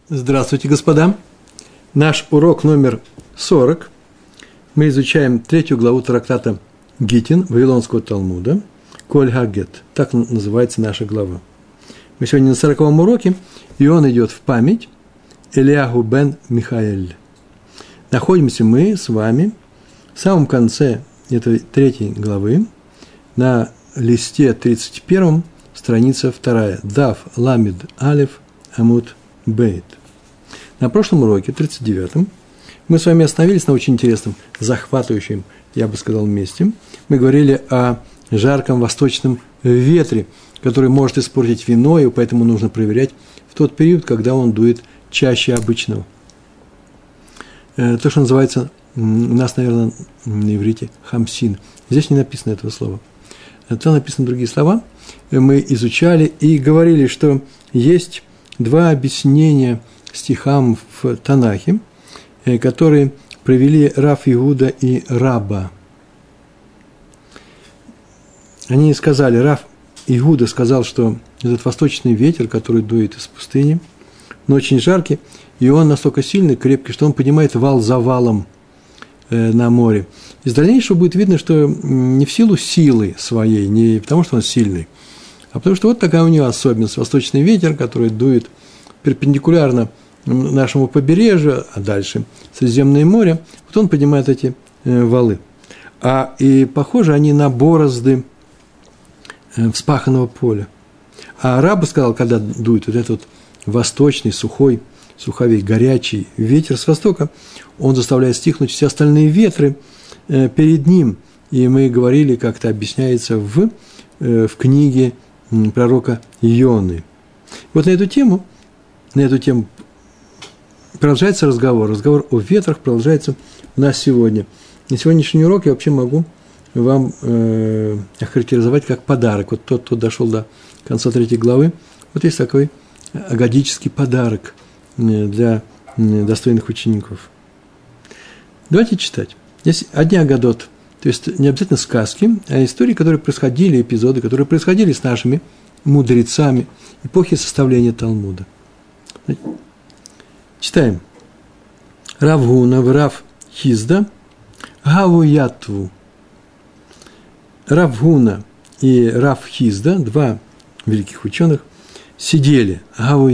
Здравствуйте, господа. Наш урок номер 40. Мы изучаем 3 главу трактата Гитин Вавилонского Талмуда. Коль Хагет. Так называется наша глава. Мы сегодня на 40-м уроке, и он идет в память Элиаху бен Михаэль. Находимся мы с вами в самом конце этой 3 главы, на листе 31, страница 2, Дав Ламид Алеф Амуд Бейт. На прошлом уроке, 39-м, мы с вами остановились на очень интересном, захватывающем, я бы сказал, месте. Мы говорили о жарком восточном ветре, который может испортить вино, и поэтому нужно проверять в тот период, когда он дует чаще обычного. То, что называется у нас, наверное, на иврите хамсин. Здесь не написано этого слова. Там написаны другие слова. Мы изучали и говорили, что есть два объяснения стихам в Танахе, которые провели Рав Иуда и Раба. Они сказали, Рав Иуда сказал, что этот восточный ветер, который дует из пустыни, но очень жаркий, и он настолько сильный, крепкий, что он поднимает вал за валом на море. Из дальнейшего будет видно, что не в силу силы своей, не потому что он сильный, а потому что вот такая у него особенность. Восточный ветер, который дует перпендикулярно нашему побережью, а дальше Средиземное море, вот он поднимает эти валы. И похожи они на борозды вспаханного поля. А Раба сказал, когда дует вот этот восточный, суховей, горячий ветер с востока, он заставляет стихнуть все остальные ветры перед ним. И мы говорили, как это объясняется в книге пророка Ионы. Вот на эту тему продолжается разговор. Разговор о ветрах продолжается у нас сегодня. На сегодняшний урок я вообще могу вам охарактеризовать как подарок. Вот тот, кто дошел до конца 3 главы, вот есть такой агадический подарок для достойных учеников. Давайте читать. Есть одни агадот, то есть не обязательно сказки, а истории, которые происходили, эпизоды, которые происходили с нашими мудрецами эпохи составления Талмуда. Читаем. Рав Гуна, Рав Хизда, Гаву Ятву. Рав Гуна и Рав Хизда, два великих ученых, сидели, Гаву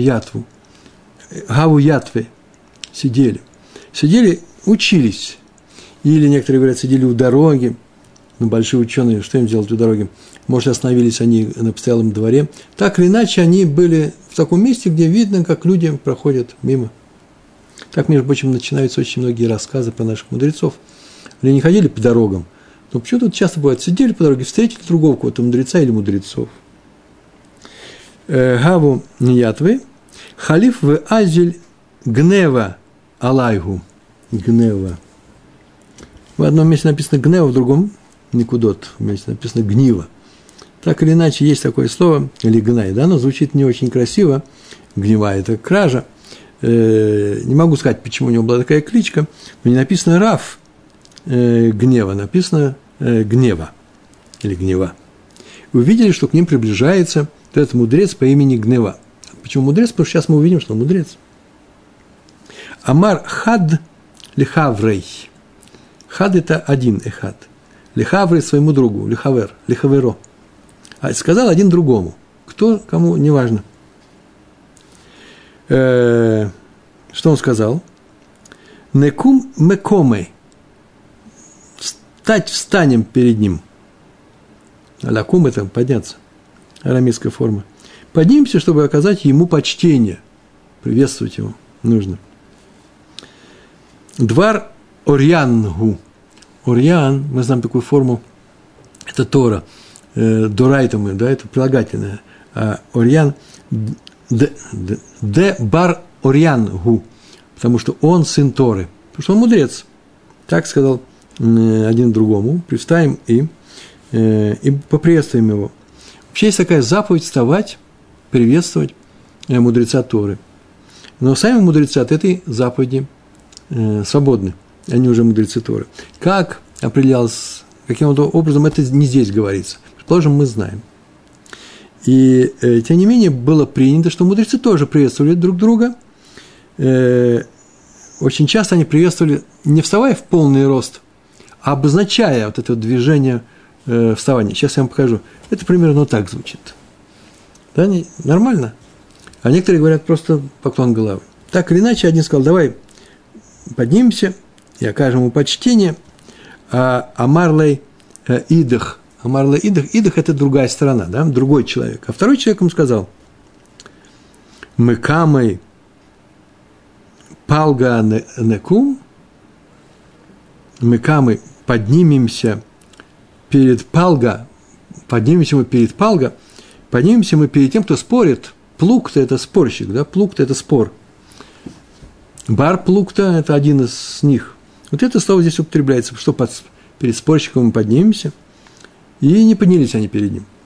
Ятве, сидели, учились. Или некоторые говорят, сидели у дороги. Ну, большие ученые, что им делать у дороги? Может, остановились они на постоялом дворе. Так или иначе, они были в таком месте, где видно, как люди проходят мимо. Так, между прочим, начинаются очень многие рассказы про наших мудрецов. Они не ходили по дорогам. Но почему-то часто бывает, сидели по дороге, встретили другого какого-то мудреца или мудрецов. Гаву Ятвы, халиф в азель гнева алайгу. Гнева. В одном месте написано гнева, в другом никудот, в месте написано гнива. Так или иначе, есть такое слово, или гнай, да, оно звучит не очень красиво. Гнева – это кража. Не могу сказать, почему у него была такая кличка, но не написано Рав гнева, написано гнева или гнева. Увидели, что к ним приближается этот мудрец по имени Гнева. Почему мудрец? Потому что сейчас мы увидим, что он мудрец. Амар хад лихаврей. Хад – это один эхад. Лихаврей своему другу, лихаверо. А сказал один другому. Кто, кому, неважно. Что он сказал? Некум мекомей. Встанем перед ним. Алякум – это подняться. Арамейская форма. Поднимемся, чтобы оказать ему почтение. Приветствовать его нужно. Двар Орьянгу. Орьян, мы знаем такую форму, это Тора. Дорайта мы, да, это прилагательное. А Орьян де бар Орьянгу, потому что он сын Торы, потому что он мудрец. Так сказал один другому. Привстанем и поприветствуем его. Вообще есть такая заповедь вставать, приветствовать мудреца Торы. Но сами мудрецы от этой заповеди свободны. Они уже мудрецы Торы. Как определялось, каким образом, это не здесь говорится. Предположим, мы знаем. И, тем не менее, было принято, что мудрецы тоже приветствовали друг друга, очень часто они приветствовали, не вставая в полный рост, а обозначая вот это движение вставания. Сейчас я вам покажу. Это примерно вот так звучит. Да, нормально? А некоторые говорят просто поклон головы. Так или иначе, один сказал, давай поднимемся и окажем ему почтение. Амарлей идах. Амарлей идах. Идах – это другая сторона, да, другой человек. А второй человек ему сказал, мыкамой палга некум, мыкамой поднимемся перед палга, поднимемся мы перед палга, поднимемся мы перед тем, кто спорит. Плукта – это спорщик, да, плукта – это спор. Бар плукта – это один из них. Вот это слово здесь употребляется, что перед спорщиком мы поднимемся, и не поднялись они перед ним.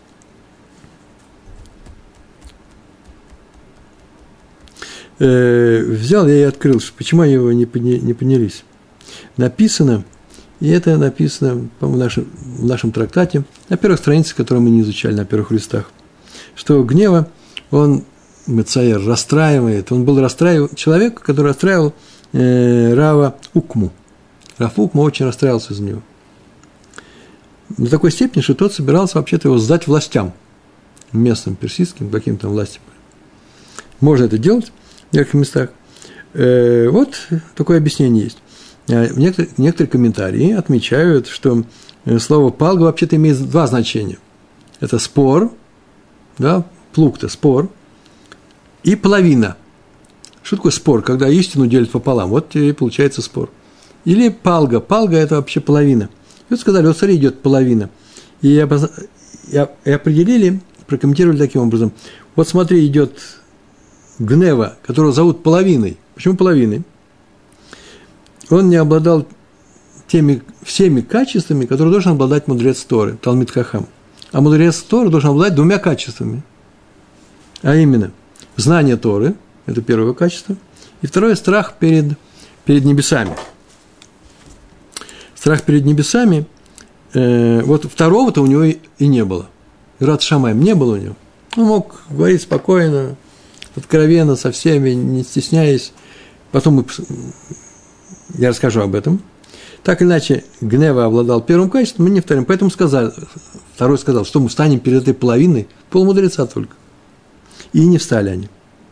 Взял я и открыл, почему они его не поднялись. Написано, и это написано, по-моему, в нашем трактате, на первых страницах, которые мы не изучали, на первых листах, что гнева он, Мецаер, расстраивает, он был человек, который расстраивал Рава Укму. Рав Укма очень расстраивался из-за него. До такой степени, что тот собирался вообще-то его сдать властям, местным, персидским, каким-то властям. Можно это делать в некоторых местах. Вот такое объяснение есть. Некоторые комментарии отмечают, что слово «палга» вообще-то имеет два значения. Это спор, да, плукта, спор, и половина. Что такое спор? Когда истину делят пополам, вот и получается спор. Или палга. Палга – это вообще половина. И вот сказали, вот смотри, идет половина. И определили, прокомментировали таким образом. Вот смотри, идет гнева, которого зовут половиной. Почему половиной? Он не обладал всеми качествами, которые должен обладать мудрец Торы, Талмид Хахам. А мудрец Торы должен обладать двумя качествами. А именно, знание Торы, это первое качество, и второе – страх перед небесами. Страх перед небесами, вот второго-то у него и не было. Ират Шамаим не было у него. Он мог говорить спокойно, откровенно, со всеми, не стесняясь. Потом я расскажу об этом. Так или иначе, гнева обладал первым качеством, и не вторым. Поэтому второй сказал, что мы встанем перед этой половиной, полмудреца только. И не встали они.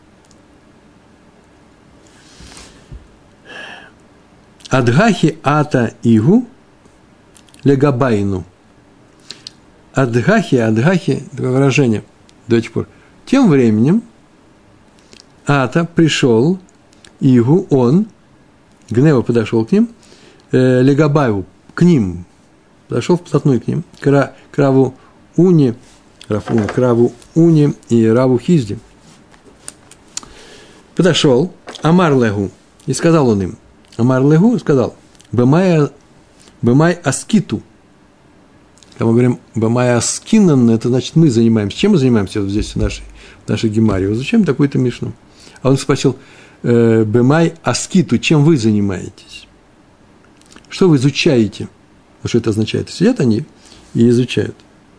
Адгахи ата игу легабайну. Адгахи, такое выражение до сих пор. Тем временем ата пришел, игу, он, гнева подошел к ним, легабаю, к ним, подошел вплотную к ним, к Раву Уни и Раву Хизди. Подошел, Амар Легу, и сказал он им, Амар Легу сказал, Бемай Аскиту. Когда мы говорим Бемай Аскинан, это значит, мы занимаемся. Чем мы занимаемся вот здесь в нашей гемаре? Изучаем такую-то мишну. А он спросил, Бемай Аскиту, чем вы занимаетесь? Что вы изучаете? Что это означает? Сидят они и изучают.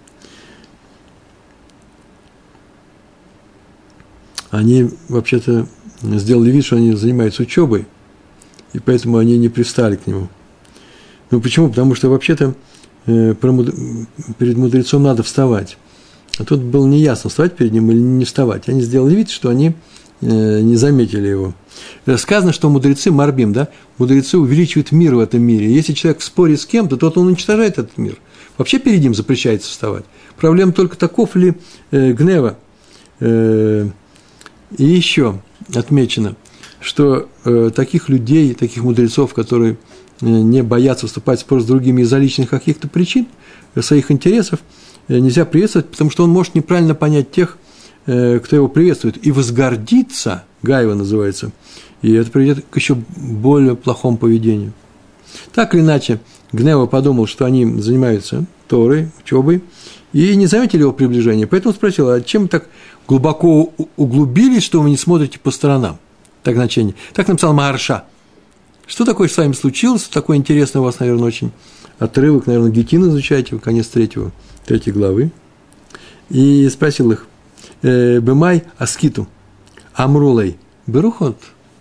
Они вообще-то сделали вид, что они занимаются учебой, и поэтому они не пристали к нему. Ну, почему? Потому что вообще-то перед мудрецом надо вставать. А тут было неясно, вставать перед ним или не вставать. Они сделали вид, что они не заметили его. Сказано, что мудрецы марбим, да, мудрецы увеличивают мир в этом мире. Если человек в споре с кем-то, то он уничтожает этот мир. Вообще перед ним запрещается вставать. Проблема только таков ли гнева. И еще отмечено, что таких людей, таких мудрецов, которые не боятся вступать в спор с другими из-за личных каких-то причин, своих интересов, нельзя приветствовать, потому что он может неправильно понять тех, кто его приветствует, и возгордиться, гайва называется, и это приведет к еще более плохому поведению. Так или иначе, Гнева подумал, что они занимаются Торой, учебой, и не заметили его приближения, поэтому спросил, а чем так глубоко углубились, что вы не смотрите по сторонам? Так значение. Так написал Маарша. Что такое с вами случилось? Такое интересное у вас, наверное, очень отрывок, наверное, Гитин изучаете, конец 3 главы. И спросил их, Бемай Аскиту, Амрулей, Берухот,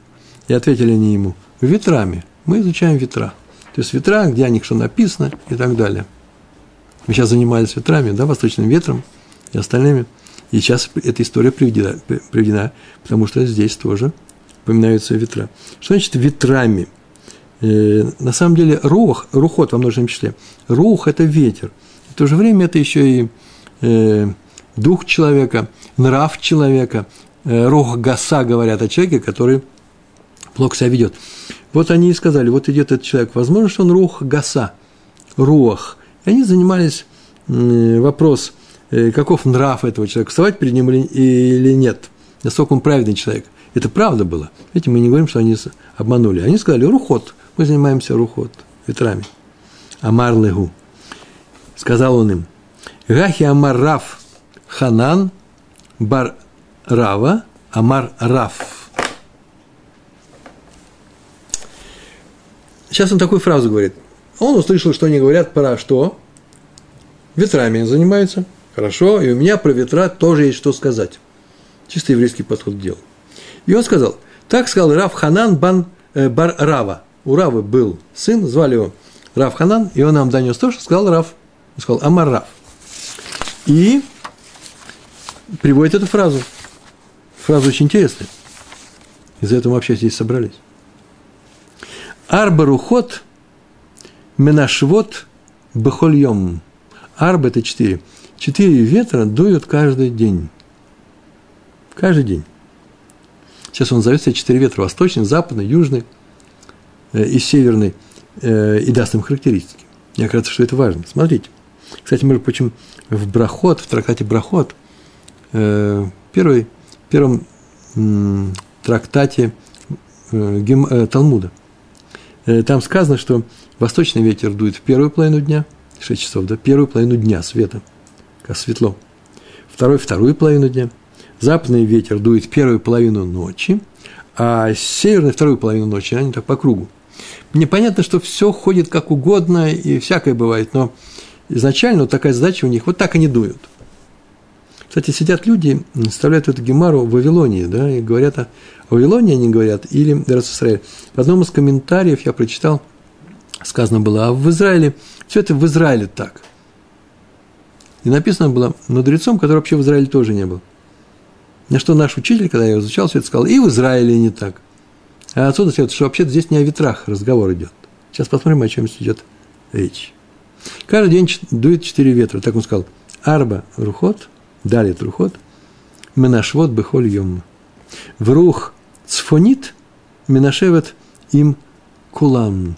И ответили они ему: ветрами. Мы изучаем ветра. То есть ветра, где о них что написано и так далее. Мы сейчас занимались ветрами, да, восточным ветром и остальными. И сейчас эта история приведена, потому что здесь тоже упоминаются ветра. Что значит ветрами? На самом деле рухот во множественном числе. Рух – это ветер. В то же время это еще и дух человека, нрав человека. Рух гаса говорят о человеке, который плохо себя ведет. Вот они и сказали: вот идет этот человек, возможно, что он рух гаса, руах. И они занимались вопрос, каков нрав этого человека, вставать перед ним или нет, насколько он праведный человек. Это правда было. Видите, мы не говорим, что они обманули. Они сказали: рухот, мы занимаемся рухот, ветрами. Амар легу. Сказал он им: гахи амар рав ханан бар рава амар рав. Сейчас он такую фразу говорит. Он услышал, что они говорят про что? Ветрами занимаются. Хорошо, и у меня про ветра тоже есть что сказать. Чисто еврейский подход к делу. И он сказал: так сказал Рав Ханан бар Рава. У Равы был сын, звали его Рав Ханан, и он нам донес то, что сказал Рав. Он сказал: Амар Рав. И приводит эту фразу. Фраза очень интересная. Из-за этого мы вообще здесь собрались. Арба рухот менашвот бехольем. Арба – это 4. 4 ветра дуют каждый день. Каждый день. Сейчас он назовет себе 4 ветра: восточный, западный, южный и северный, и даст им характеристики. Мне кажется, что это важно. Смотрите. Кстати, между прочим, в Брахот, в трактате Брахот, первом трактате Талмуда, там сказано, что восточный ветер дует в первую половину дня, 6 часов, да, первую половину дня света, как светло. Вторую половину дня. Западный ветер дует в первую половину ночи, а северный вторую половину ночи, они так по кругу. Мне понятно, что все ходит как угодно и всякое бывает, но изначально вот такая задача у них, вот так они дуют. Кстати, сидят люди, вставляют эту гемару в Вавилонии, да, и говорят о Вавилонии, они говорят, или в Израиле. В одном из комментариев я прочитал, сказано было: а в Израиле, все это в Израиле так. И написано было мудрецом, который вообще в Израиле тоже не был. На что наш учитель, когда я изучал, все это сказал: и в Израиле не так. А отсюда следует, что вообще-то здесь не о ветрах разговор идет. Сейчас посмотрим, о чем идет речь. Каждый день дует 4 ветра, так он сказал: арба рухот, далит рухот, менашвот бехоль йом. Врух цфонит, менашевет им кулан.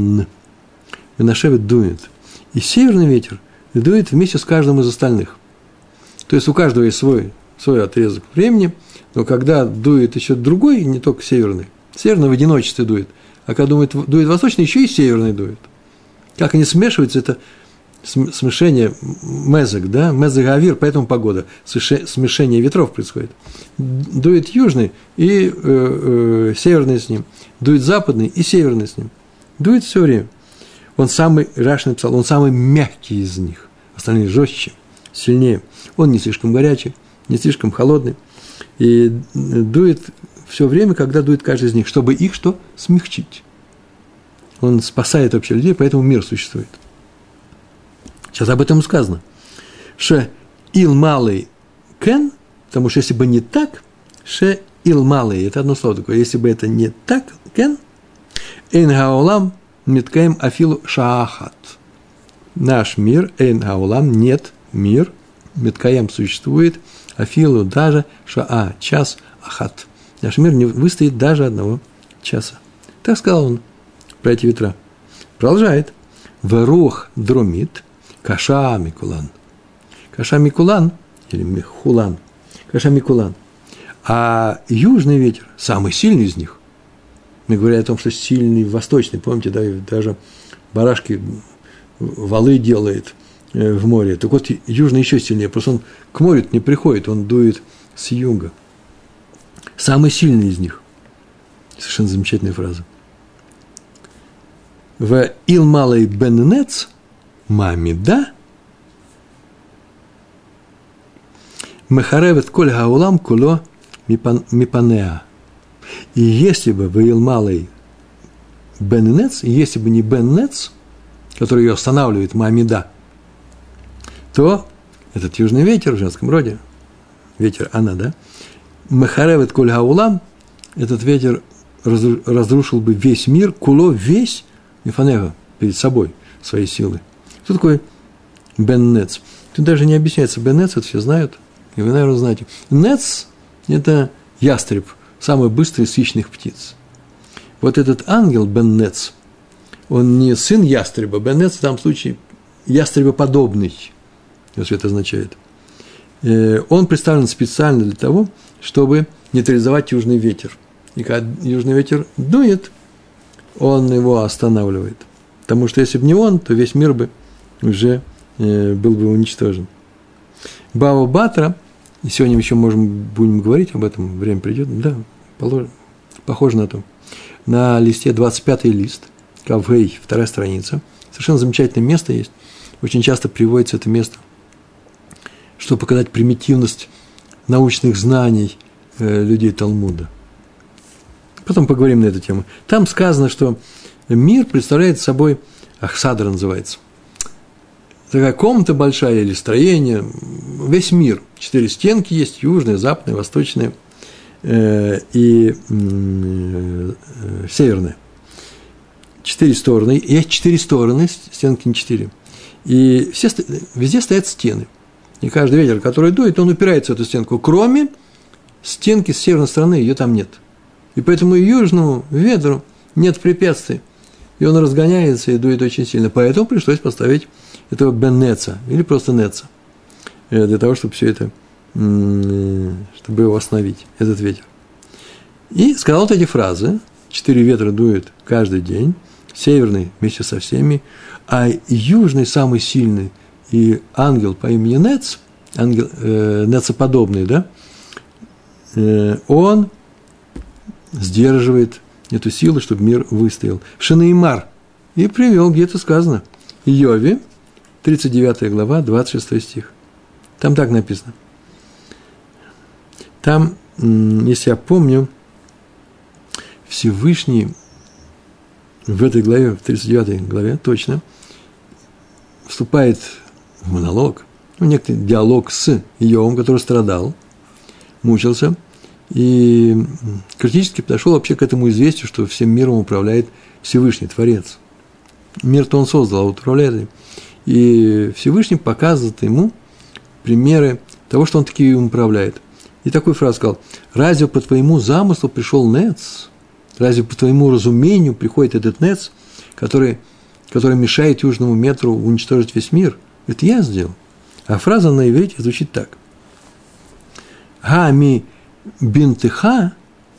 Менашевет дует. И северный ветер дует вместе с каждым из остальных. То есть у каждого есть свой отрезок времени, но когда дует еще другой, не только северный в одиночестве дует, а когда дует восточный, еще и северный дует. Как они смешиваются, это смешение мезок, да, мезок-авир, поэтому погода, смешение ветров происходит. Дует южный и северный с ним, дует западный и северный с ним. Дует все время. Он самый, Раш написал, он самый мягкий из них, остальные жестче, сильнее. Он не слишком горячий, не слишком холодный, и дует все время, когда дует каждый из них, чтобы их что? Смягчить. Он спасает вообще людей, поэтому мир существует. Сейчас об этом сказано. Ше ил малый кен, потому что если бы не так, ше ил малый, это одно слово такое, если бы это не так, кен, эйн гаолам миткаем афилу шаахат. Наш мир, эйн гаолам, нет мир, миткаем существует, афилу даже шаа, час ахат. Наш мир не выстоит даже одного часа. Так сказал он про эти ветра. Продолжает. Варух дромит, каша микулан. Каша микулан, или михулан. Каша микулан. А южный ветер, самый сильный из них. Мы говорили о том, что сильный восточный, помните, да, даже барашки валы делает в море. Так вот, южный еще сильнее, просто он к морю не приходит, он дует с юга. Самый сильный из них. Совершенно замечательная фраза. В ил малый беннец мамида мехаревет коль гаулам куло мипанеа. И если бы Ваил Малый Бен Нец, и если бы не Бен Нец, который ее останавливает, Маамида, то этот южный ветер в женском роде, ветер она, да, Мехаревет Коль Хаулам, этот ветер разрушил бы весь мир, куло весь, Мифанега, перед собой, своей силой. Кто такой Бен Нец? Тут даже не объясняется Бен Нец, это все знают, и вы, наверное, знаете. Нец – это ястреб, самый быстрый из хищных птиц. Вот этот ангел Бен Нец, он не сын ястреба, Бен Нец в данном случае ястребоподобный, что это означает. Он представлен специально для того, чтобы нейтрализовать южный ветер. И когда южный ветер дует, он его останавливает. Потому что если бы не он, то весь мир бы уже был бы уничтожен. Бава Батра, и сегодня еще будем говорить об этом, время придет, да, похоже на то. На листе 25-й лист, Кавгей, 2-я страница, совершенно замечательное место есть. Очень часто приводится это место, чтобы показать примитивность научных знаний людей Талмуда. Потом поговорим на эту тему. Там сказано, что мир представляет собой, Ахсадра называется, такая комната большая или строение, весь мир. 4 стенки есть, южная, западная, восточная и северная. 4 стороны. Есть 4 стороны, стенки не 4. И везде стоят стены. И каждый ветер, который дует, он упирается в эту стенку, кроме стенки с северной стороны, ее там нет. И поэтому южному ветру нет препятствий. И он разгоняется и дует очень сильно. Поэтому пришлось поставить этого Бен Неца, или просто Неца, для того, чтобы все это, чтобы его остановить, этот ветер. И сказал вот эти фразы. 4 ветра дуют каждый день, северный вместе со всеми, а южный самый сильный и ангел по имени Нец, ангел Нецеподобный, да, он сдерживает эту силу, чтобы мир выстоял. Шинеймар. И привел, где это сказано. Йови, 39 глава, 26 стих. Там так написано. Там, если я помню, Всевышний в этой главе, в 39 главе, точно, вступает в монолог, некоторый диалог с Иовом, который страдал, мучился, и критически подошел вообще к этому известию, что всем миром управляет Всевышний, Творец. Мир-то он создал, а управляет им. И Всевышний показывает ему примеры того, что он таки им управляет. И такую фразу сказал: «Разве по твоему замыслу пришел Нец? Разве по твоему разумению приходит этот Нец, который мешает южному ветру уничтожить весь мир? Это я сделал». А фраза на иврите звучит так: «Га-ми бинтыха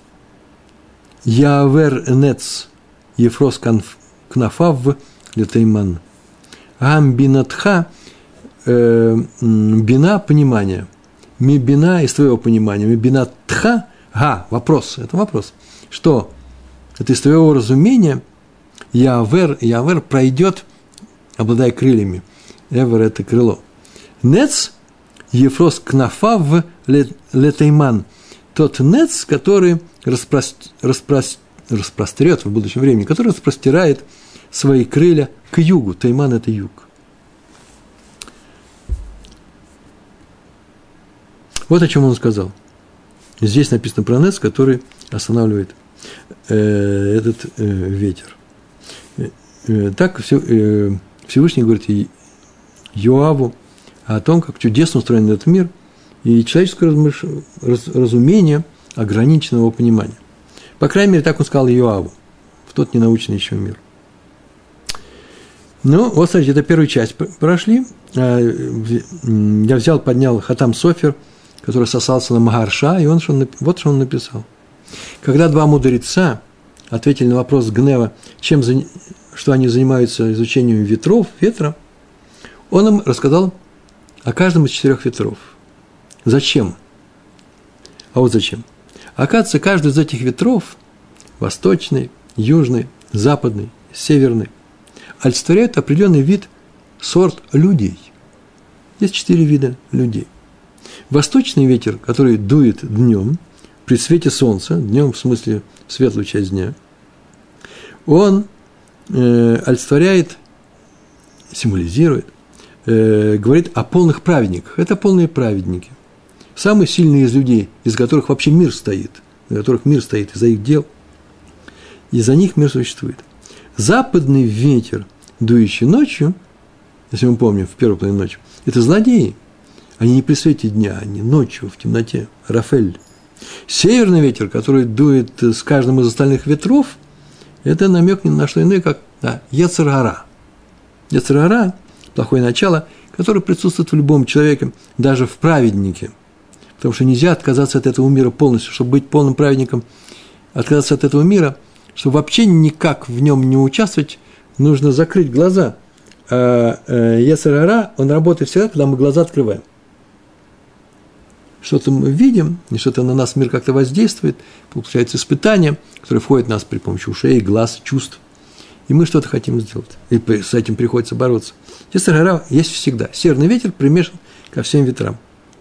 явер нец ефрос кнафав летейман». Гам бинатха бина – понимание. Ми бина – из твоего понимания. Ми бинатха – вопрос. Это вопрос. Что? Это из твоего разумения явер пройдет, обладая крыльями. Эвер – это крыло. Нец ефрос кнафав летейман. Тот нец, который распрострет в будущем времени, который распростирает свои крылья к югу. Тейман – это юг. Вот о чем он сказал. Здесь написано про нец, который останавливает этот ветер. Так Всевышний говорит Йоаву о том, как чудесно устроен этот мир, и человеческое разумение ограниченного понимания. По крайней мере, так он сказал Йоаву, в тот ненаучный еще мир. Ну, вот, смотрите, это первую часть прошли. Я поднял Хатам Софер, который сосался на Магарша, и вот что он написал. Когда 2 мудреца ответили на вопрос Гнева, что они занимаются изучением ветра, он им рассказал о каждом из 4 ветров. Зачем? А вот зачем? Оказывается, каждый из этих ветров, восточный, южный, западный, северный, олицетворяет определенный вид, сорт людей. Есть 4 вида людей. Восточный ветер, который дует днем, при свете солнца, днем в смысле светлую часть дня, он олицетворяет, символизирует, говорит о полных праведниках. Это полные праведники. Самые сильные из людей, из которых вообще мир стоит, из которых мир стоит, из-за их дел. Из-за них мир существует. Западный ветер, дующий ночью, если мы помним, в первую половину ночи, это злодеи. Они не при свете дня, они ночью, в темноте. Рафель. Северный ветер, который дует с каждым из остальных ветров, это намек ни на что иное, как Йецер ара. Йецер ара – плохое начало, которое присутствует в любом человеке, даже в праведнике. Потому что нельзя отказаться от этого мира полностью. Чтобы быть полным праведником, отказаться от этого мира, чтобы вообще никак в нем не участвовать, нужно закрыть глаза. А Йецер ара, он работает всегда, когда мы глаза открываем. Что-то мы видим, и что-то на нас мир как-то воздействует, получается испытание, которое входит в нас при помощи ушей, глаз, чувств. И мы что-то хотим сделать. И с этим приходится бороться. Йецер ара есть всегда. Северный ветер примешан ко всем ветрам.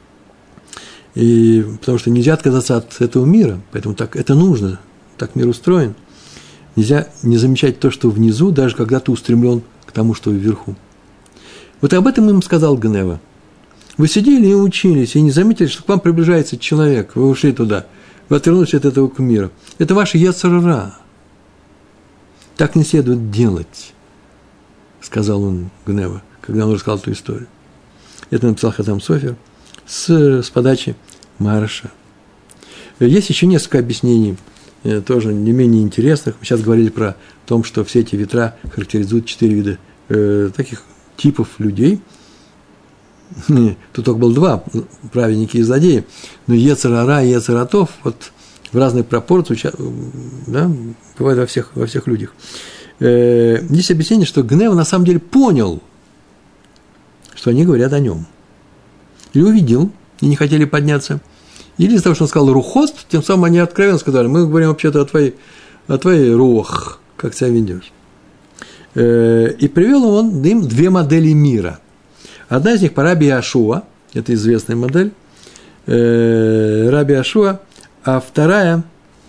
И потому что нельзя отказаться от этого мира, поэтому так это нужно, так мир устроен. Нельзя не замечать то, что внизу, даже когда ты устремлен к тому, что вверху. Вот об этом им сказал Гнева. Вы сидели и учились, и не заметили, что к вам приближается человек, вы ушли туда, вы отвернулись от этого мира. Это ваше Йецер ара. Так не следует делать, сказал он Гнева, когда он рассказал эту историю. Это написал Хатам Софер с подачи Мараша. Есть еще несколько объяснений, тоже не менее интересных. Мы сейчас говорили про то, что все эти ветра характеризуют 4 вида таких типов людей. Тут только было 2, праведники и злодеи. Но Йецер ара и Йецер атов вот в разных пропорциях, да, бывает во всех людях. Есть объяснение, что Гнева на самом деле понял, что они говорят о нем. Или увидел, и не хотели подняться. Или из-за того, что он сказал «рухот», тем самым они откровенно сказали, мы говорим вообще-то о твоей руах, как себя ведешь. И привел он им 2 модели мира. Одна из них по Раби Йошуа, это известная модель, Раби Йошуа, а вторая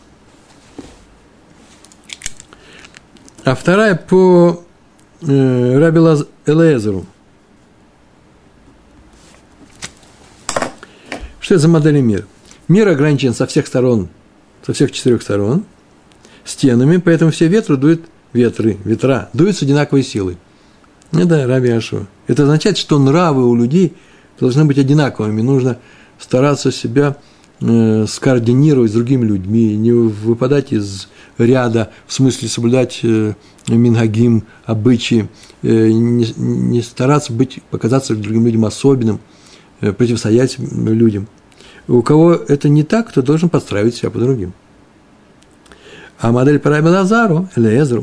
по Раби Элиэзеру. Что это за модели мира? Мир ограничен со всех сторон, со всех 4 сторон, стенами, поэтому все ветра дуют с одинаковой силой. Это Раби Йошуа. Это означает, что нравы у людей должны быть одинаковыми. Нужно стараться себя скоординировать с другими людьми, не выпадать из ряда, в смысле соблюдать минхагим, обычаи, не стараться показаться другим людям особенным, противостоять людям. У кого это не так, то должен подстраивать себя по другим. А модель по Раби Элиэзеру,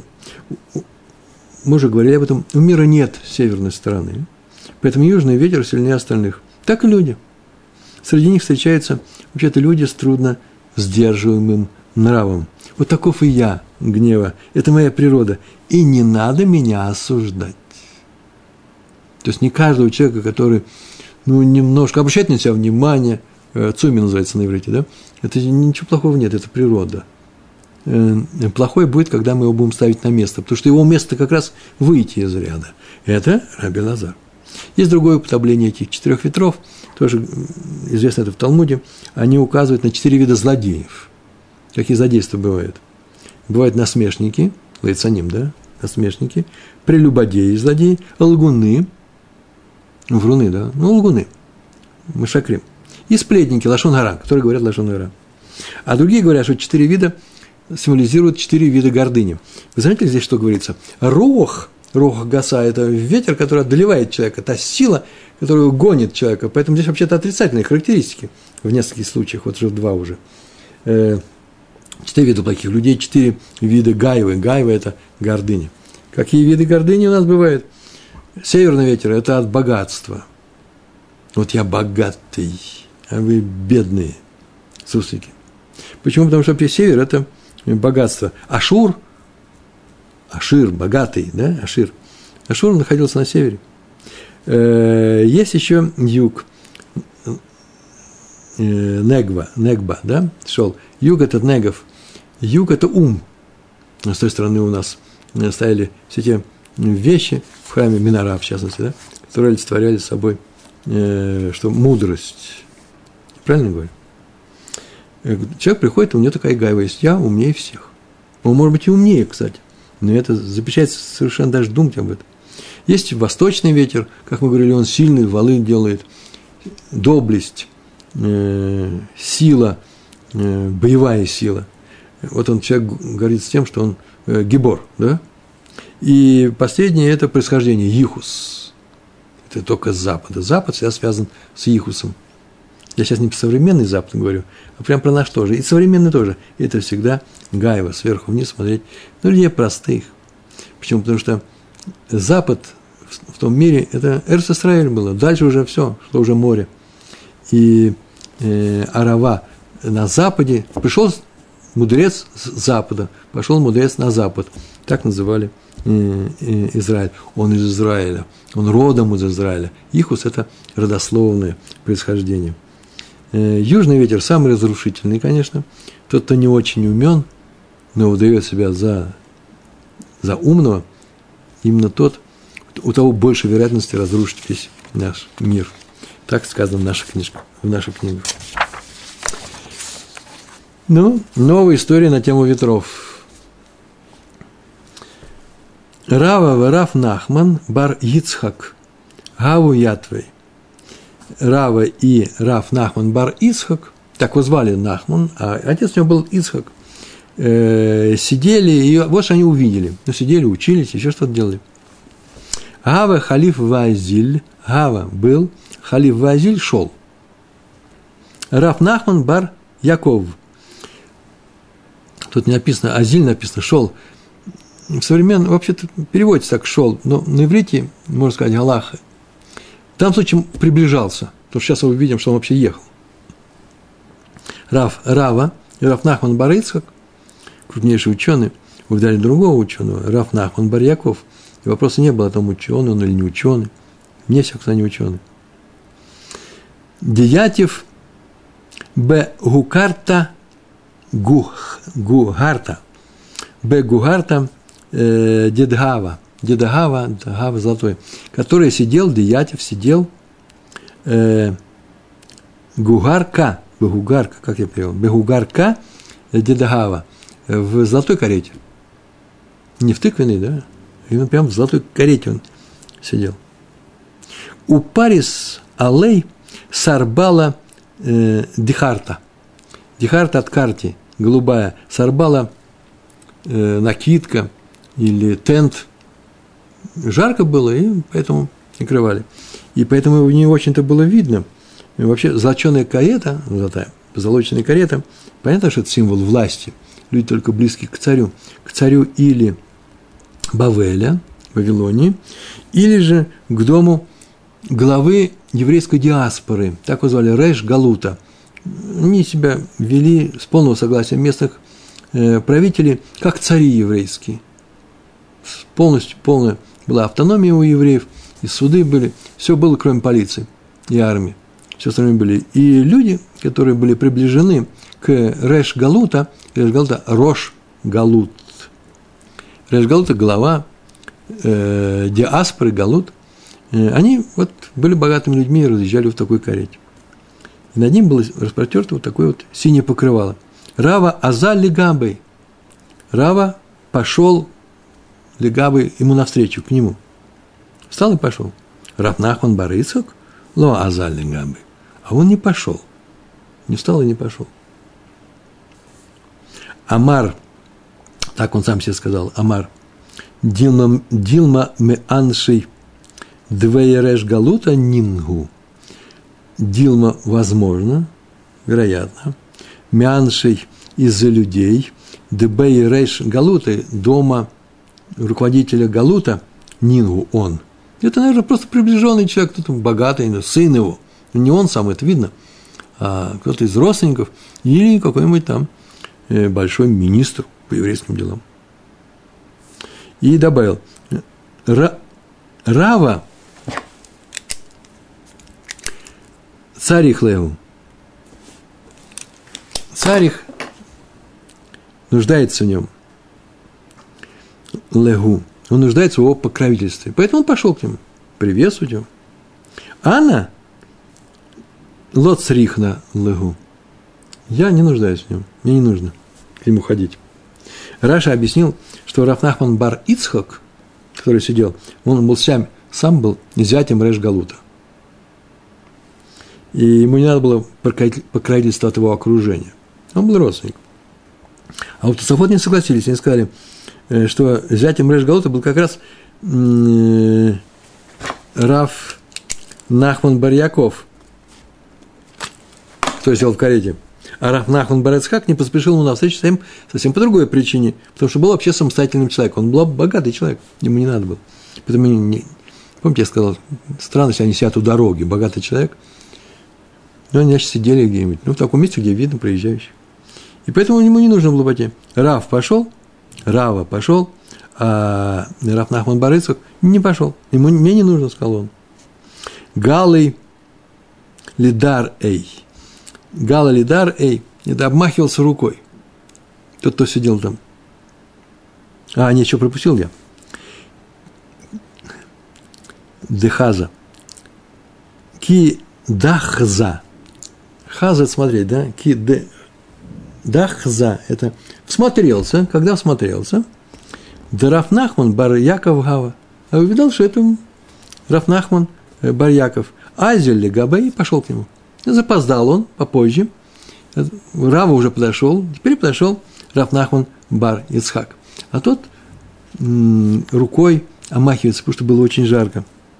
мы уже говорили об этом, у мира нет северной стороны, поэтому южный ветер сильнее остальных. Так и люди. Среди них встречаются вообще-то люди с трудно сдерживаемым нравом. Вот таков и я, Гнева, это моя природа, и не надо меня осуждать. То есть не каждого человека, который немножко обращает на себя внимание, цуми называется на иврите, да? Это ничего плохого нет, это природа. Плохое будет, когда мы его будем ставить на место, потому что его место как раз выйти из ряда. Это Раби Элиэзер. Есть другое уподобление этих 4 ветров, тоже известно это в Талмуде, они указывают на 4 вида злодеев. Какие злодейства бывают? Бывают насмешники, лейцаним, да, насмешники, прелюбодеи, злодеи, лгуны, вруны, да, лгуны, мышакрим, и сплетники, лашон гара, которые говорят лашон гара. А другие говорят, что 4 вида символизируют 4 вида гордыни. Вы заметили здесь, что говорится? Рух гаса – это ветер, который одолевает человека, та сила, которая гонит человека. Поэтому здесь вообще-то отрицательные характеристики в нескольких случаях, вот уже 2 уже. 4 вида плохих людей, 4 вида гайвы. Гайва – это гордыня. Какие виды гордыни у нас бывают? Северный ветер – это от богатства. Вот я богатый, а вы бедные суслики. Почему? Потому что вообще север – это богатство. Ашир, богатый, да, Ашир находился на севере. Есть еще юг. Негба, да, шел. Юг – это негов. Юг – это ум. С той стороны у нас стояли все те вещи в храме Минара, в частности, да, которые олицетворяли собой, что мудрость. Правильно говорю? Человек приходит, у него такая гайва есть. Я умнее всех. Он может быть и умнее, кстати. Но это запрещается совершенно даже думать об этом. Есть восточный ветер, как мы говорили, он сильный, валы делает, доблесть, сила, боевая сила. Вот он, человек говорит с тем, что он гибор, да? И последнее – это происхождение, Ихус. Это только с запада. Запад всегда связан с Ихусом. Я сейчас не про современный Запад говорю, а прям про наш тоже. И современный тоже. Это всегда гайва, сверху вниз смотреть. Ну, людей простых. Почему? Потому что Запад в том мире – это Эрец Исраэль было. Дальше уже все, шло уже море. И Арава на западе. Пришел мудрец с запада, пошел мудрец на запад. Так называли Израиль. Он из Израиля. Он родом из Израиля. Ихус – это родословное происхождение. Южный ветер самый разрушительный, конечно. Тот, кто не очень умен, но выдает себя за умного, именно тот, у того больше вероятности разрушить весь наш мир. Так сказано в наших книгах. Ну, новая история на тему ветров. Рав Нахман бар Ицхак Гаву Ятвей. Рава и Рав Нахман бар Ицхак, так его звали Нахман, а отец у него был Ицхак, сидели, и вот что они увидели. Ну, сидели, учились, еще что-то делали. Гава халиф Вазиль, Гава был, халиф Вазиль шел. Рав Нахман бар Яков. Тут не написано, Азиль написано, шел. В современном, вообще-то, переводится так, шел, но на иврите, можно сказать, Галах. В данном случае приближался, потому что сейчас мы увидим, что он вообще ехал. Рав Нахман бар Ицхак, крупнейший ученый, увидали другого ученого, Рав Нахман бар Яков. И вопроса не было о том, ученый он или не ученый. Мне всех, кто не ученый. Деятев б Гукарта Гугарта б Гугарта Дедгава золотой, который сидел, Деятев сидел Гугарка, как я перевел, Бегугарка Дедгава в золотой карете. Не в тыквенной, да? Именно прямо в золотой карете он сидел. У Парис Алей Сарбала Дихарта. Дихарта от карти, голубая. Сарбала накидка или тент. Жарко было, и поэтому накрывали. И поэтому не очень-то было видно. И вообще золоченая карета, золотая, позолоченная карета, понятно, что это символ власти. Люди только близкие к царю или Бавеля, Вавилонии, или же к дому главы еврейской диаспоры, так его звали, Реш Галута. Они себя вели с полного согласия местных правителей, как цари еврейские. Полная была автономия у евреев, и суды были, все было, кроме полиции и армии. Все остальное были. И люди, которые были приближены к Реш Галута, Рош Галут. Реш Галут – глава диаспоры Галут. Они вот были богатыми людьми и разъезжали в такой карете. И над ним было распротерто вот такое вот синее покрывало. Рава Аза Легабой. Рава пошел Легабой ему навстречу, к нему. Встал и пошел. Рав Нахман бар Ицхак ло Аза Легабой. А он не пошел. Не встал и не пошел. Амар, так он сам себе сказал, Амар, Дилма меаншей двеереш галута нингу. Дилма, возможно, вероятно, меаншей из-за людей, двеереш галута, дома руководителя галута, нингу он. Это, наверное, просто приближенный человек, кто-то богатый, сын его. Не он сам, это видно, а кто-то из родственников или какой-нибудь там большой министр по еврейским делам. И добавил, Рава, царь Ихлеу, царь их нуждается в нем. Легу. Он нуждается в его покровительстве. Поэтому он пошел к нему. Приветствовать его. Анна лоцрихна легу. Я не нуждаюсь в нем. Мне не нужно к нему ходить. Раша объяснил, что Рав Нахман бар Ицхак, который сидел, он был сам был зятем Реш Галута. И ему не надо было покровительства от его окружения. Он был родственник. А вот Тосафот не согласились. Они сказали, что зятем Реш Галута был как раз Рав Нахман бар Яков, кто сидел в карете. А Рав Нахман бар Ицхак не поспешил ему навстречу совсем по другой причине, потому что был вообще самостоятельным человеком. Он был богатый человек, ему не надо было. Поэтому, помните, я сказал, странно, если они сидят у дороги, богатый человек. Но они, значит, сидели где-нибудь, в таком месте, где видно проезжающих. И поэтому ему не нужно было пойти. Рава пошел, а Рав Нахман бар Ицхак не пошел. Мне не нужно, сказал он. Галый лидар эй. Гала лидар эй. Это обмахивался рукой. Тот, кто сидел там. Ничего пропустил я. Дехаза. Ки дахза. Хаза – это смотреть, да? Ки дахза – это всмотрелся. Когда всмотрелся? Да Рав Нахман бар Яков гава. А увидел, что это Рав Нахман бар Яков. Азель ли габей, пошел к нему. Запоздал он попозже. Рава уже подошел. Теперь подошел Рав Нахман бар Ицхак. А тот рукой омахивается, потому что было очень жарко.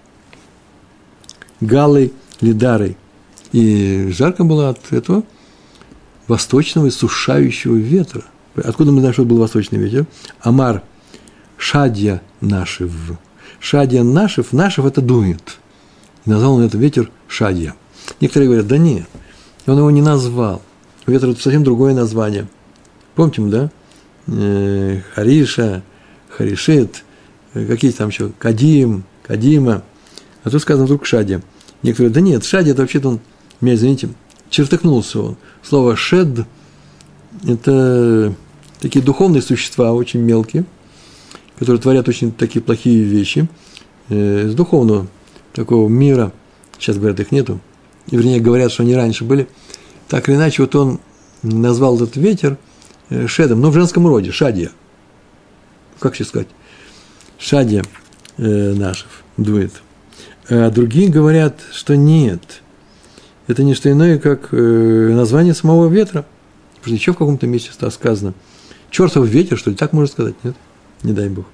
Галой лидарой. И жарко было от этого восточного иссушающего ветра. Откуда мы знаем, что был восточный ветер? Амар шадья нашев. Шадья нашев. Нашев – это дует. И назвал он этот ветер шадья. Некоторые говорят, да нет, он его не назвал. У ветра это совсем другое название. Помните, да? Хариша, Харишет, какие там еще? Кадим, Кадима. А тут сказано вдруг шадья. Некоторые говорят, да нет, шадья – это вообще-то он, извините, чертыхнулся он. Слово «шед» – это такие духовные существа, очень мелкие, которые творят очень такие плохие вещи. С духовного такого мира, сейчас, говорят, их нету, и, вернее, говорят, что они раньше были. Так или иначе, вот он назвал этот ветер шедом, но в женском роде, шадья. Как сейчас сказать? Шадья нашев дует. А другие говорят, что нет. Это не что иное, как название самого ветра. Потому что еще в каком-то месте сказано. Чертов ветер, что ли, так можно сказать? Нет? Не дай Бог.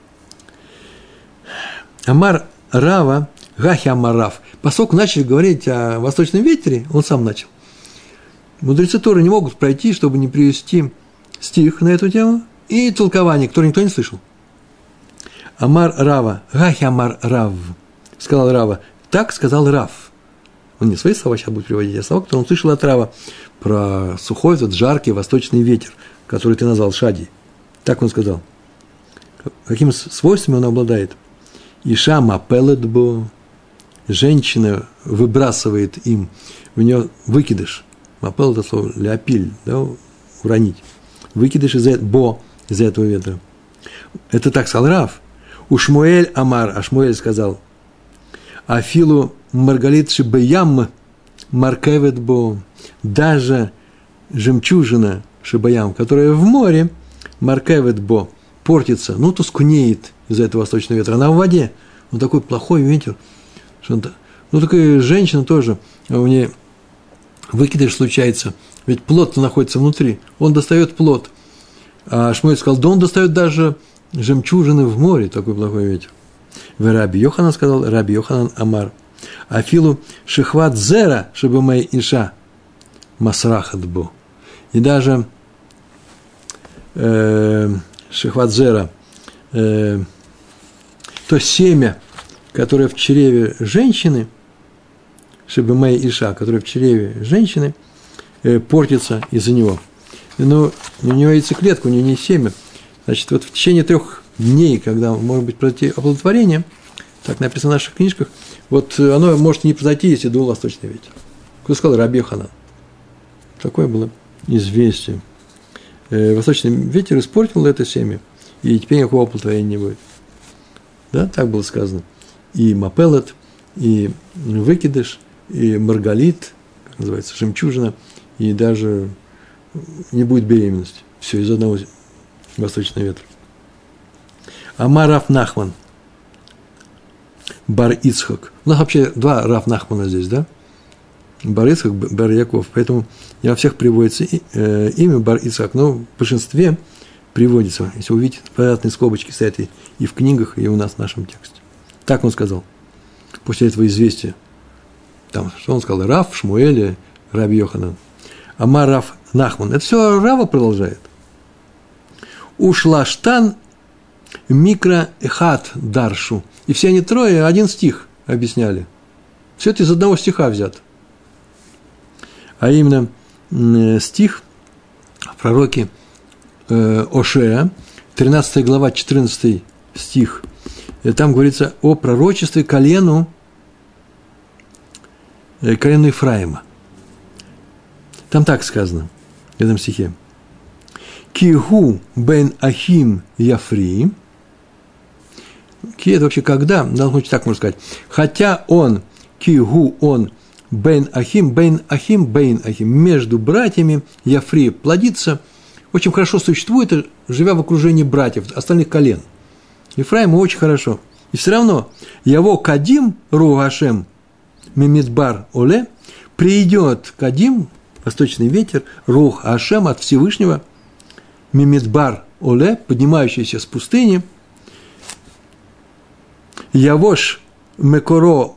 Амар Рава, Гахи Амар Рав. Поскольку начали говорить о восточном ветре, он сам начал. Мудрецы Торы не могут пройти, чтобы не привести стих на эту тему и толкование, которое никто не слышал. Амар Рава, Гахи Амар Рав. Сказал Рава. Так сказал Рав. Он не свои слова сейчас будет приводить, а слова, которые он слышал от Рава про сухой, этот жаркий восточный ветер, который ты назвал Шади. Так он сказал. Какими свойствами он обладает? Иша мапелетбо. Женщина выбрасывает им, у нее выкидыш. Мапел – это слово леопиль, да, уронить. Выкидыш из этого ветра. Это так сказал Рав. У Шмуэль Амар, а Шмуэль сказал, Афилу Маргалит Шибаям Маркевет Бо, даже жемчужина Шибаям, которая в море, Маркевет Бо, портится, тускнеет из-за этого восточного ветра. Она в воде. Такой плохой ветер. Такая женщина тоже, у нее выкидыш случается, ведь плод находится внутри. Он достает плод. А Шмуэль сказал, да он достает даже жемчужины в море, такой плохой ветер. Раби Йоханан сказал, Раби Йоханан Амар. Афилу шихват зера, чтобы мэй иша масрахатбу. И даже шихват зера, то семя, которое в чреве женщины, чтобы мэй иша, которое в чреве женщины, портится из-за него. Но у него яйцеклетка, у него не семя. Значит, вот в течение 3 дней, когда может быть произойти оплодотворение, так написано в наших книжках, вот оно может не произойти, если дул восточный ветер. Кто сказал? Раби Йоханан. Такое было известие. Восточный ветер испортил это семя, и теперь никакого оплодотворения не будет. Да, так было сказано. И мапелот, и выкидыш, и маргалит, как называется, жемчужина, и даже не будет беременности. Все из одного восточного ветра. Амар Рав Нахман, Бар Ицхак. У нас вообще два Рав Нахмана здесь, да? Бар Ицхак, Бар Яков. Поэтому не во всех приводится имя Бар Ицхак, но в большинстве приводится. Если увидите, понятные скобочки стоят и в книгах, и у нас в нашем тексте. Так он сказал. После этого известия. Там, что он сказал? Рав, Шмуэль, Раби Йоханан. Амар Рав Нахман. Это все Рава продолжает. Ушлаштан микро эхат даршу. И все они трое один стих объясняли. Все это из одного стиха взято. А именно стих в пророке Ошея, 13 глава, 14 стих. Там говорится о пророчестве колену Ефраима. Там так сказано в этом стихе. Кигу бен ахим яфри. Ки – это вообще когда? В данном случае так можно сказать. Хотя он, кигу, он, бен ахим, между братьями яфри плодится, очень хорошо существует, живя в окружении братьев, остальных колен. Ефраиму очень хорошо. И все равно, яво кадим ру Гашем мимидбар оле, придет кадим, восточный ветер, рух Гашем от Всевышнего, мимидбар оле, поднимающийся с пустыни, явош мекоро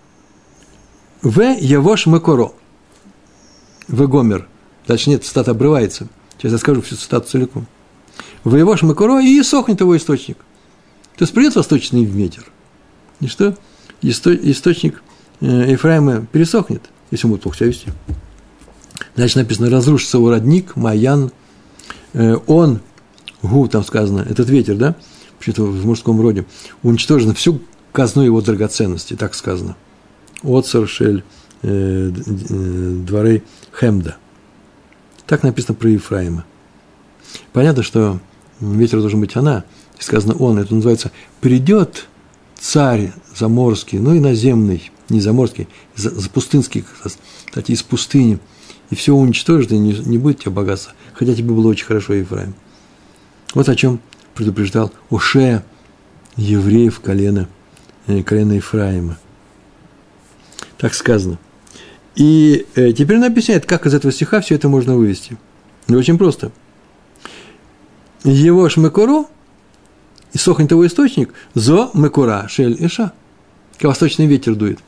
явош мекоро гомер. Дальше нет, цитата обрывается. Сейчас я скажу всю цитату целиком. Явош мекоро, и сохнет его источник. То есть придет восточный ветер, и что? Источник Ефраима пересохнет, если он будет плохо себя вести. Дальше написано, разрушится его родник, Маян, он, там сказано, этот ветер, да, вообще-то в мужском роде, уничтожено всю казну его драгоценности, так сказано. Оцер шель дворей Хемда. Так написано про Ефраима. Понятно, что ветер должен быть она, и сказано он, это называется «придет царь заморский, ну и наземный, не заморский, запустынский, кстати, из пустыни, и все уничтожит, и не будет у тебя богатства, хотя тебе было очень хорошо, Ефраим». Вот о чем предупреждал Ошея евреев колена Ефраима. Так сказано. И теперь он объясняет, как из этого стиха все это можно вывести. И очень просто. Его шмекоро, и сохнет его источник, зо мекура шель иша, как восточный ветер дует.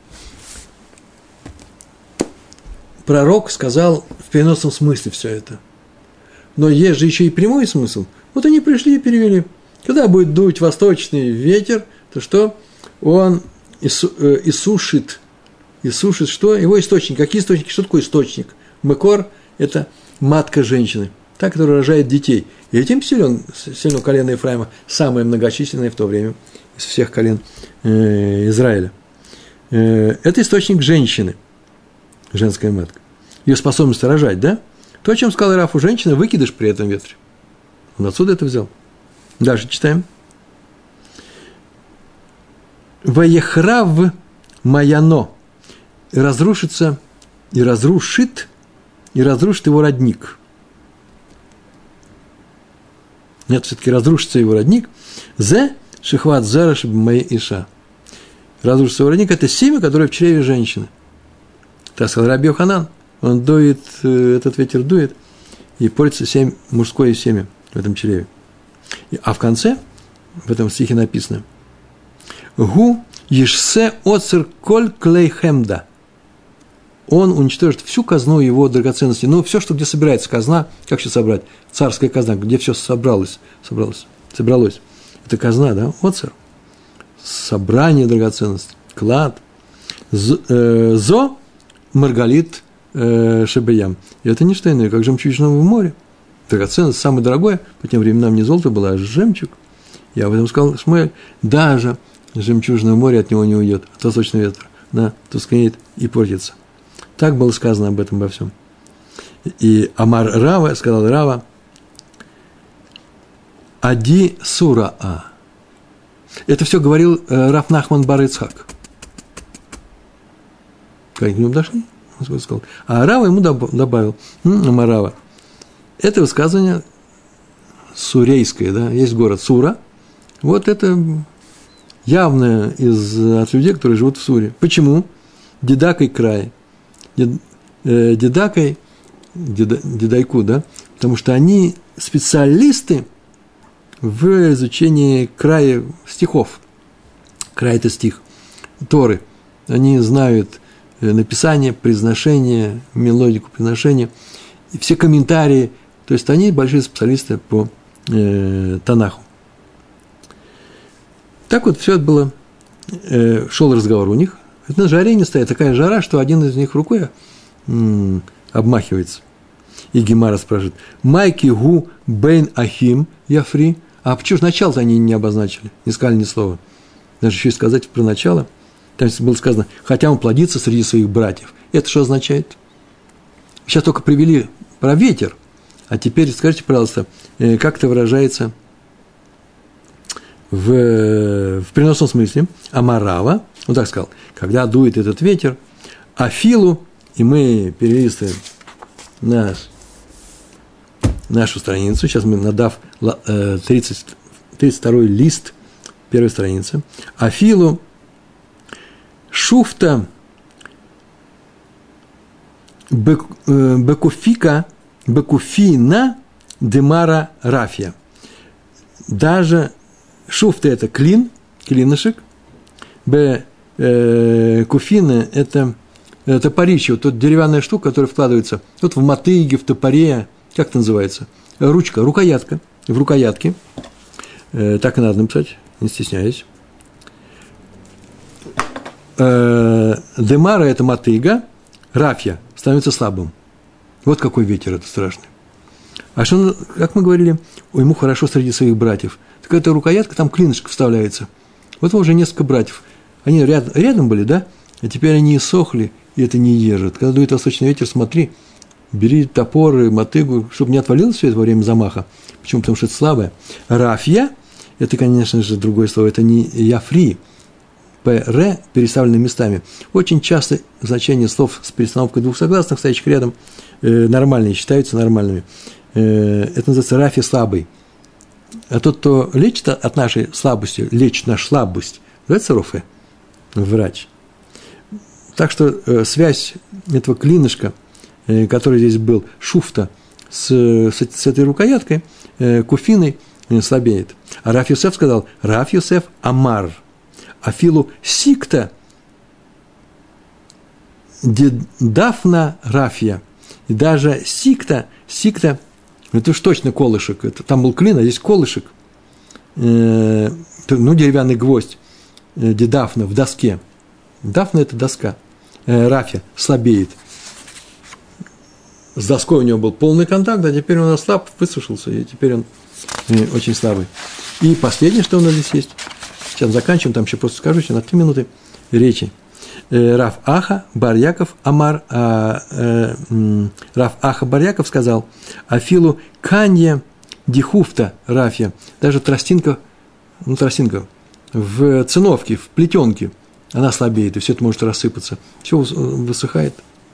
Пророк сказал в переносном смысле все это. Но есть же еще и прямой смысл. Вот они пришли и перевели. Когда будет дуть восточный ветер, то что? Он иссушит что? Его источник. Какие источники? Что такое источник? Мекор – это матка женщины, та, которая рожает детей. И этим сильно колено Ефраима, самое многочисленное в то время из всех колен Израиля. Это источник женщины, женская матка. Ее способность рожать, да? То, о чем сказал Раф, у женщины выкидыш при этом ветре. Он отсюда это взял. Дальше читаем. Ваехрав маяно. И разрушит его родник. Нет, все-таки разрушится его родник. Зе шихват зараш б'мей иша. Разрушится его родник – это семя, которое в чреве женщины. Так сказал Раби Йоханан. Он дует, этот ветер дует, и портится мужское семя в этом чреве. А в конце, в этом стихе написано, «Гу ешсе оцер коль клей хемда». Он уничтожит всю казну его драгоценностей. Ну, все, что где собирается казна, как все собрать? Царская казна, где все собралось. Это казна, да? Оцер. Собрание драгоценностей. Клад. Зо маргалит шебеям. И это не что иное, как жемчужина в море. Драгоценность самое дорогое, по тем временам не золото было, а жемчуг. Я об этом сказал Шмуэль. Даже жемчужина в море от него не уйдет, от восточного ветра. Да, тускнеет и портится. Так было сказано об этом, обо всем. И Амар Рава, сказал Рава, Ади Сураа. Это все говорил Рав Нахман бар Ицхак. Как к нему подошли? Он сказал. А Рава ему добавил, Амар Рава, это высказывание сурейское, да, есть город Сура. Вот это явное от людей, которые живут в Суре. Почему? Дедакой край. Дедакой, дедайку, да, потому что они специалисты в изучении края стихов. Край – это стих Торы. Они знают написание, произношение, мелодику произношения, и все комментарии. То есть они большие специалисты по Танаху. Так вот все это было. Шел разговор у них. Это на жаре не стоит. Такая жара, что один из них рукой обмахивается. И Гемара спрашивает: Майки гу бейн ахим яфри. А почему же начало-то они не обозначили? Не сказали ни слова. Даже еще и сказать про начало. Там было сказано: хотя он плодится среди своих братьев. Это что означает? Сейчас только привели про ветер. А теперь скажите, пожалуйста, как это выражается в переносном смысле? Амарава, он так сказал: когда дует этот ветер, афилу, и мы перелистываем нашу страницу, сейчас мы надав 32-й лист первой страницы, афилу шуфта бекуфина демара рафия. Даже шуфта – это клин, клинышек, куфина – это топорище, вот деревянная штука, которая вкладывается вот в мотыге, в топоре, как это называется? Ручка, рукоятка, в рукоятке. Так и надо написать, не стесняюсь. Демара – это мотыга, рафья становится слабым. Вот какой ветер это страшный. А что, как мы говорили, ему хорошо среди своих братьев. Так эта рукоятка, там клинышек вставляется. Вот уже несколько братьев. Они рядом были, да? А теперь они иссохли, и это не ежит. Когда дует восточный ветер, смотри, бери топор и мотыгу, чтобы не отвалилось все это во время замаха. Почему? Потому что это слабое. Рафья – это, конечно же, другое слово. Это не яфри. ПР переставлены местами. Очень часто значение слов с перестановкой двух согласных, стоящих рядом, нормальные, считаются нормальными. Это называется рафи слабый. А тот, кто лечит от нашей слабости, лечит нашу слабость, называется рофе, врач. Так что связь этого клинышка, который здесь был, шуфта, с этой рукояткой, куфиной, слабеет. А Рав Йосеф сказал: Рав Йосеф амар. Афилу сикта дафна рафья. И даже сикта, это уж точно колышек. Там был клин, а здесь колышек. Деревянный гвоздь. Дедафна в доске. Дафна – это доска. Рафья слабеет. С доской у него был полный контакт, а теперь он ослаб, высушился, и теперь он очень слабый. И последнее, что у нас здесь есть. Сейчас заканчиваем, там еще просто скажу, еще на 3 минуты речи. Рав Аха бар Яков амар, Рав Аха бар Яков сказал: Афилу канья дихуфта рафья. Даже тростинка в циновке, в плетенке, она слабеет, и все это может рассыпаться. Все высыхает.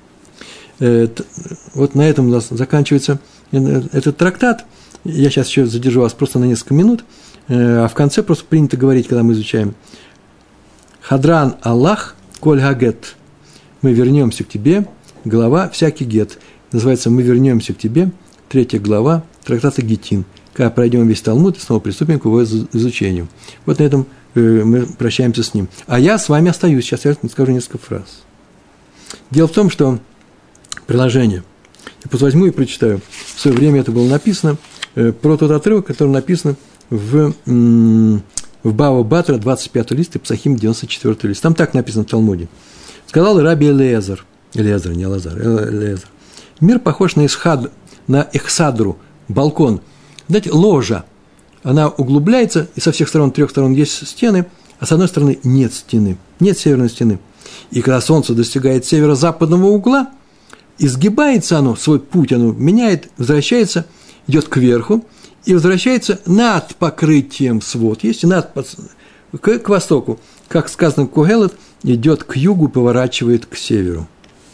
Вот на этом у нас заканчивается этот трактат. Я сейчас еще задержу вас просто на несколько минут. А в конце просто принято говорить, когда мы изучаем: Хадран Аллах коль хагет. Мы вернемся к тебе, глава всякий гет. Называется «Мы вернемся к тебе», 3 глава трактата Гитин. Когда пройдем весь Талмуд и снова приступим к его изучению. Вот на этом мы прощаемся с ним. А я с вами остаюсь. Сейчас я скажу несколько фраз. Дело в том, что приложение, я просто возьму и прочитаю. В свое время это было написано, про тот отрывок, который написан в Бава Батра, 25 лист, и Псахим, 94 лист. Там так написано в Талмуде. Сказал Раби Элиэзер, не Алазар, Элиэзер: мир похож на эхсадру, балкон. Знаете, ложа, она углубляется, и со всех сторон, 3 сторон есть стены, а с одной стороны нет стены, нет северной стены. И когда солнце достигает северо-западного угла, изгибается оно, свой путь оно меняет, возвращается, идет кверху и возвращается над покрытием свод. Есть и к востоку. Как сказано, Когелет идет к югу, поворачивает к северу.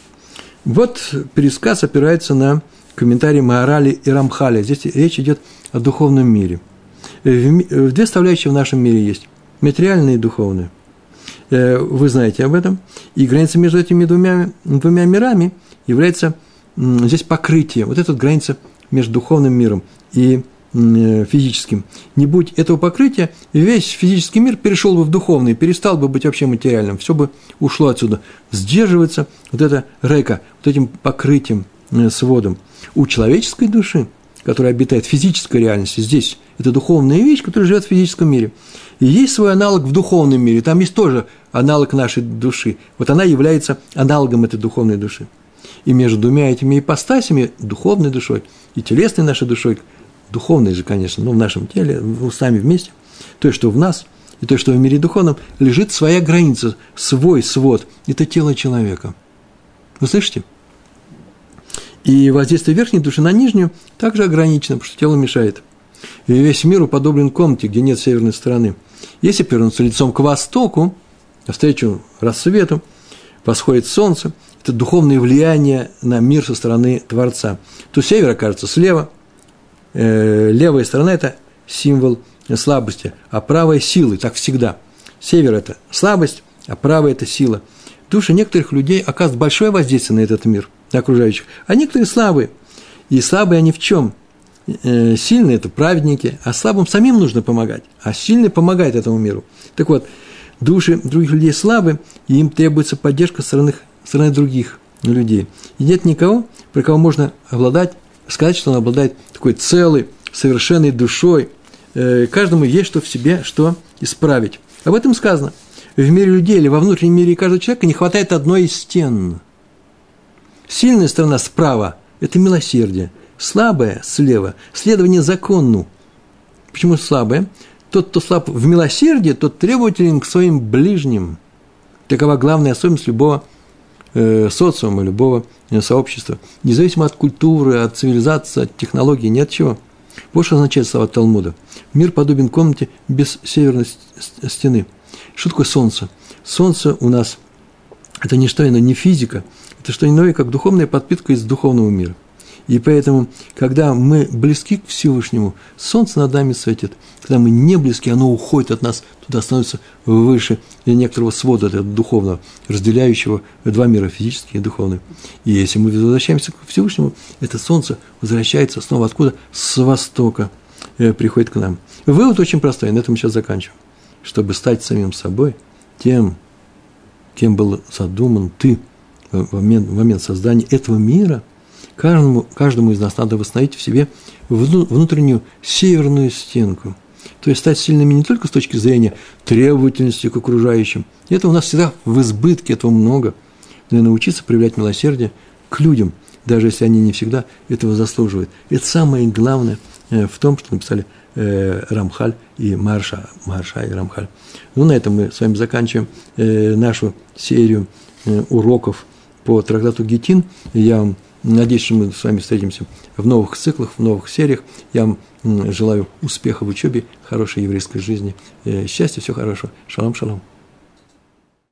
Вот пересказ опирается на комментарии Маорали и Рамхаля. Здесь речь идет о духовном мире. Две составляющие в нашем мире есть – материальные и духовные. Вы знаете об этом. И граница между этими двумя мирами является здесь покрытием. Вот эта граница между духовным миром и физическим. Не будь этого покрытия, весь физический мир перешел бы в духовный, перестал бы быть вообще материальным, все бы ушло отсюда. Сдерживается вот эта река, вот этим покрытием, сводом. У человеческой души, которая обитает в физической реальности, здесь это духовная вещь, которая живет в физическом мире. И есть свой аналог в духовном мире, там есть тоже аналог нашей души. Вот она является аналогом этой духовной души. И между двумя этими ипостасями, духовной душой и телесной нашей душой, духовной же, конечно, но в нашем теле, с нами вместе, то, что в нас, и то, что в мире духовном, лежит своя граница, свой свод. Это тело человека. Вы слышите? И воздействие верхней души на нижнюю также ограничено, потому что тело мешает. И весь мир уподоблен комнате, где нет северной стороны. Если повернуться лицом к востоку, навстречу рассвету, восходит солнце, это духовное влияние на мир со стороны Творца, то север окажется слева, левая сторона – это символ слабости, а правая – силы, так всегда. Север – это слабость, а правая – это сила. Души некоторых людей оказывают большое воздействие на этот мир, на окружающих, а некоторые слабые. И слабые они в чем? Сильные – это праведники, а слабым самим нужно помогать, а сильный помогает этому миру. Так вот, души других людей слабы, и им требуется поддержка со стороны других людей. И нет никого, про кого можно сказать, что он обладает такой целой, совершенной душой. Каждому есть что в себе, что исправить. Об этом сказано. В мире людей или во внутреннем мире каждого человека не хватает одной из стен. Сильная сторона справа – это милосердие. Слабая слева – следование закону. Почему слабая? Тот, кто слаб в милосердии, тот требователен к своим ближним. Такова главная особенность любого социума, любого сообщества. Независимо от культуры, от цивилизации, от технологий, ни от чего. Вот что означает слова Талмуда. Мир подобен комнате без северной стены. Что такое солнце? Солнце у нас – это не что иное, не физика, это что иное, как духовная подпитка из духовного мира. И поэтому, когда мы близки к Всевышнему, солнце над нами светит. Когда мы не близки, оно уходит от нас, туда становится выше некоторого свода этого духовного, разделяющего два мира, физический и духовный. И если мы возвращаемся к Всевышнему, это солнце возвращается снова откуда? С востока приходит к нам. Вывод очень простой, и на этом сейчас заканчиваем. Чтобы стать самим собой, тем, кем был задуман ты в момент создания этого мира, каждому из нас надо восстановить в себе внутреннюю северную стенку. То есть стать сильными не только с точки зрения требовательности к окружающим. Это у нас всегда в избытке, этого много. Но и научиться проявлять милосердие к людям, даже если они не всегда этого заслуживают. Это самое главное в том, что написали Рамхаль и Марша и Рамхаль. Ну, на этом мы с вами заканчиваем нашу серию уроков по трактату Гитин. Я вам надеюсь, что мы с вами встретимся в новых циклах, в новых сериях. Я вам желаю успеха в учебе, хорошей еврейской жизни, счастья, всего хорошего. Шалом, шалом.